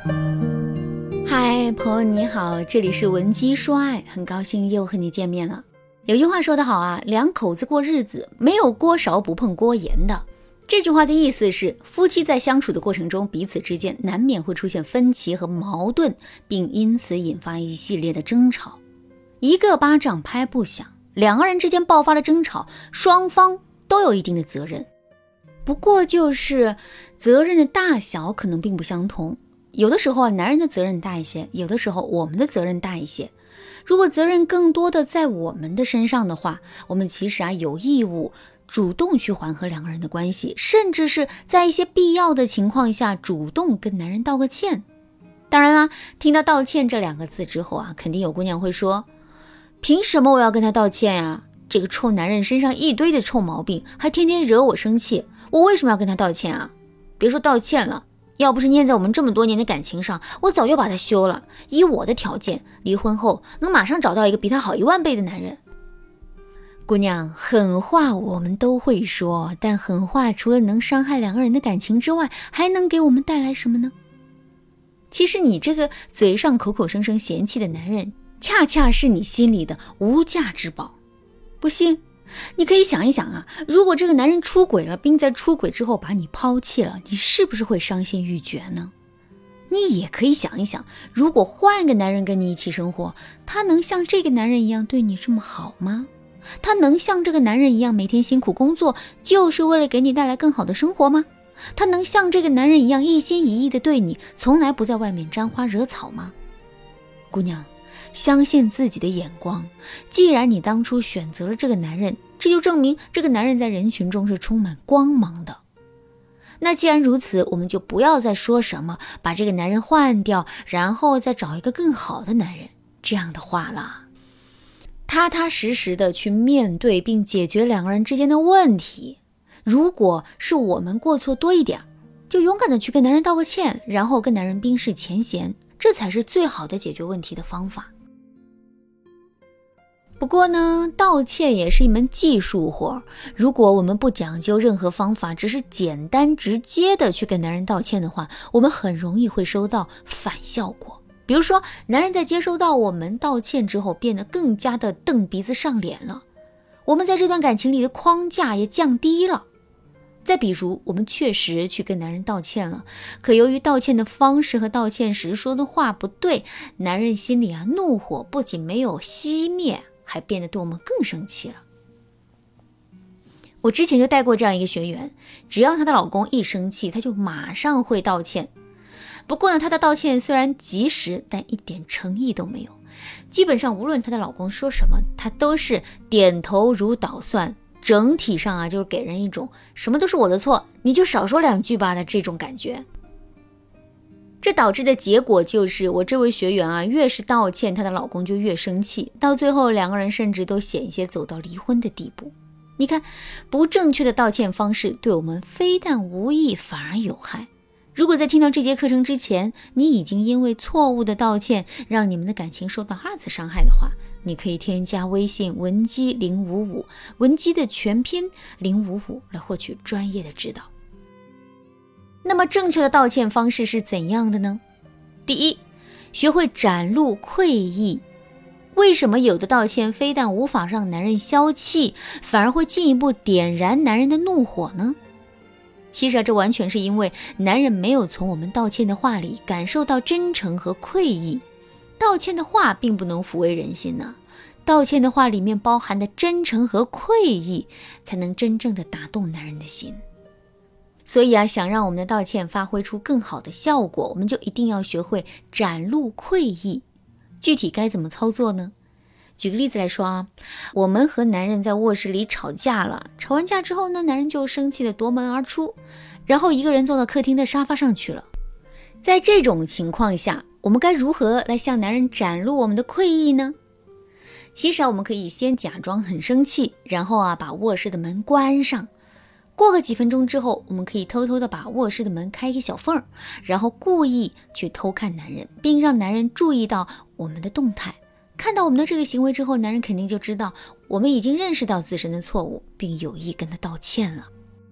嗨，朋友你好，这里是文姬说爱，很高兴又和你见面了。有句话说得好啊，两口子过日子，没有锅勺不碰锅沿的。这句话的意思是，夫妻在相处的过程中，彼此之间难免会出现分歧和矛盾，并因此引发一系列的争吵。一个巴掌拍不响，两个人之间爆发了争吵，双方都有一定的责任。不过就是责任的大小可能并不相同，有的时候男人的责任大一些，有的时候我们的责任大一些。如果责任更多的在我们的身上的话，我们其实有义务主动去缓和两个人的关系，甚至是在一些必要的情况下主动跟男人道个歉。当然啦，听到道歉这两个字之后肯定有姑娘会说，凭什么我要跟他道歉呀？这个臭男人身上一堆的臭毛病，还天天惹我生气，我为什么要跟他道歉啊？别说道歉了，要不是念在我们这么多年的感情上，我早就把他休了。以我的条件，离婚后能马上找到一个比他好10000倍的男人。姑娘，狠话我们都会说，但狠话除了能伤害两个人的感情之外，还能给我们带来什么呢？其实你这个嘴上口口声声嫌弃的男人，恰恰是你心里的无价之宝。不信你可以想一想如果这个男人出轨了，并在出轨之后把你抛弃了，你是不是会伤心欲绝呢？你也可以想一想，如果换个男人跟你一起生活，他能像这个男人一样对你这么好吗？他能像这个男人一样每天辛苦工作，就是为了给你带来更好的生活吗？他能像这个男人一样一心一意的对你，从来不在外面沾花惹草吗？姑娘，相信自己的眼光，既然你当初选择了这个男人，这就证明这个男人在人群中是充满光芒的。那既然如此，我们就不要再说什么把这个男人换掉，然后再找一个更好的男人这样的话了。踏踏实实的去面对并解决两个人之间的问题。如果是我们过错多一点，就勇敢的去跟男人道个歉，然后跟男人冰释前嫌，这才是最好的解决问题的方法。不过呢，道歉也是一门技术活，如果我们不讲究任何方法，只是简单直接的去跟男人道歉的话，我们很容易会收到反效果。比如说，男人在接收到我们道歉之后，变得更加的瞪鼻子上脸了，我们在这段感情里的框架也降低了。再比如，我们确实去跟男人道歉了，可由于道歉的方式和道歉时说的话不对，男人心里怒火不仅没有熄灭，还变得对我们更生气了。我之前就带过这样一个学员，只要她的老公一生气，她就马上会道歉。不过呢，她的道歉虽然及时，但一点诚意都没有。基本上无论她的老公说什么，她都是点头如捣蒜，整体上就是给人一种什么都是我的错，你就少说2句吧的这种感觉。这导致的结果就是我这位学员越是道歉，她的老公就越生气，到最后两个人甚至都险些走到离婚的地步。你看，不正确的道歉方式对我们非但无益，反而有害。如果在听到这节课程之前，你已经因为错误的道歉让你们的感情受到2次伤害的话，你可以添加微信文姬055，文姬的全拼055，来获取专业的指导。那么正确的道歉方式是怎样的呢？第一，学会展露愧意。为什么有的道歉非但无法让男人消气，反而会进一步点燃男人的怒火呢？其实这完全是因为男人没有从我们道歉的话里感受到真诚和愧意。道歉的话并不能抚慰人心道歉的话里面包含的真诚和愧意，才能真正的打动男人的心。所以想让我们的道歉发挥出更好的效果，我们就一定要学会展露愧意。具体该怎么操作呢？举个例子来说我们和男人在卧室里吵架了，吵完架之后呢，男人就生气的夺门而出，然后一个人坐到客厅的沙发上去了。在这种情况下，我们该如何来向男人展露我们的愧意呢？其实我们可以先假装很生气，然后把卧室的门关上。过个几分钟之后，我们可以偷偷的把卧室的门开一个小缝，然后故意去偷看男人，并让男人注意到我们的动态。看到我们的这个行为之后，男人肯定就知道我们已经认识到自身的错误，并有意跟他道歉了。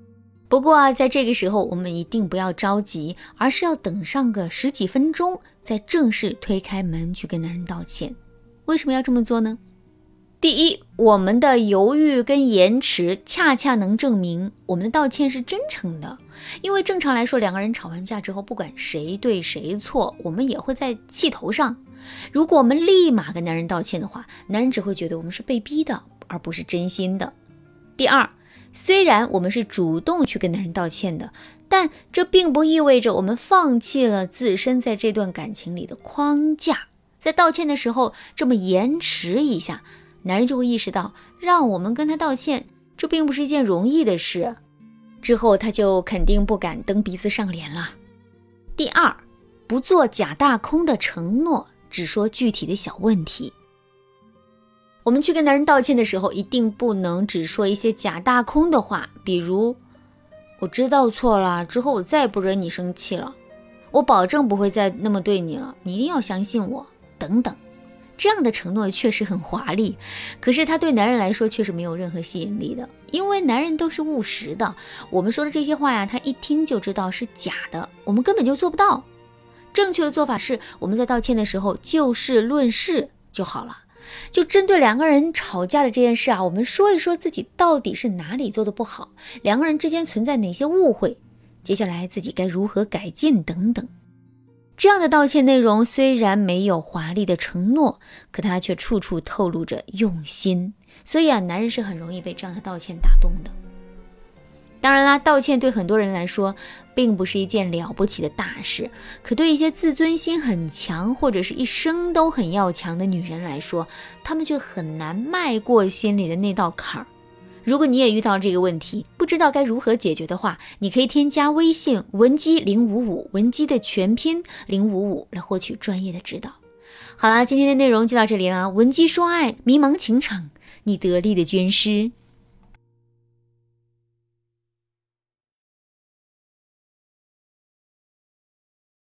不过啊，在这个时候我们一定不要着急，而是要等上个10几分钟，再正式推开门去跟男人道歉。为什么要这么做呢？第一，我们的犹豫跟延迟恰恰能证明我们的道歉是真诚的。因为正常来说，两个人吵完架之后，不管谁对谁错，我们也会在气头上。如果我们立马跟男人道歉的话，男人只会觉得我们是被逼的，而不是真心的。第二，虽然我们是主动去跟男人道歉的，但这并不意味着我们放弃了自身在这段感情里的框架。在道歉的时候这么延迟一下，男人就会意识到让我们跟他道歉，这并不是一件容易的事，之后他就肯定不敢蹬鼻子上脸了。第二，不做假大空的承诺，只说具体的小问题。我们去跟男人道歉的时候，一定不能只说一些假大空的话，比如我知道错了，之后我再也不惹你生气了，我保证不会再那么对你了，你一定要相信我，等等。这样的承诺确实很华丽，可是它对男人来说却是没有任何吸引力的，因为男人都是务实的，我们说的这些话呀，他一听就知道是假的，我们根本就做不到。正确的做法是，我们在道歉的时候就事论事就好了，就针对两个人吵架的这件事啊，我们说一说自己到底是哪里做的不好，两个人之间存在哪些误会，接下来自己该如何改进等等。这样的道歉内容虽然没有华丽的承诺，可它却处处透露着用心，所以啊，男人是很容易被这样的道歉打动的。当然啦，道歉对很多人来说并不是一件了不起的大事，可对一些自尊心很强或者是一生都很要强的女人来说，她们却很难迈过心里的那道坎儿。如果你也遇到这个问题，不知道该如何解决的话，你可以添加微信文姬055，文姬的全拼055，来获取专业的指导。好啦，今天的内容就到这里了。文姬说爱，迷茫情场，你得力的军师。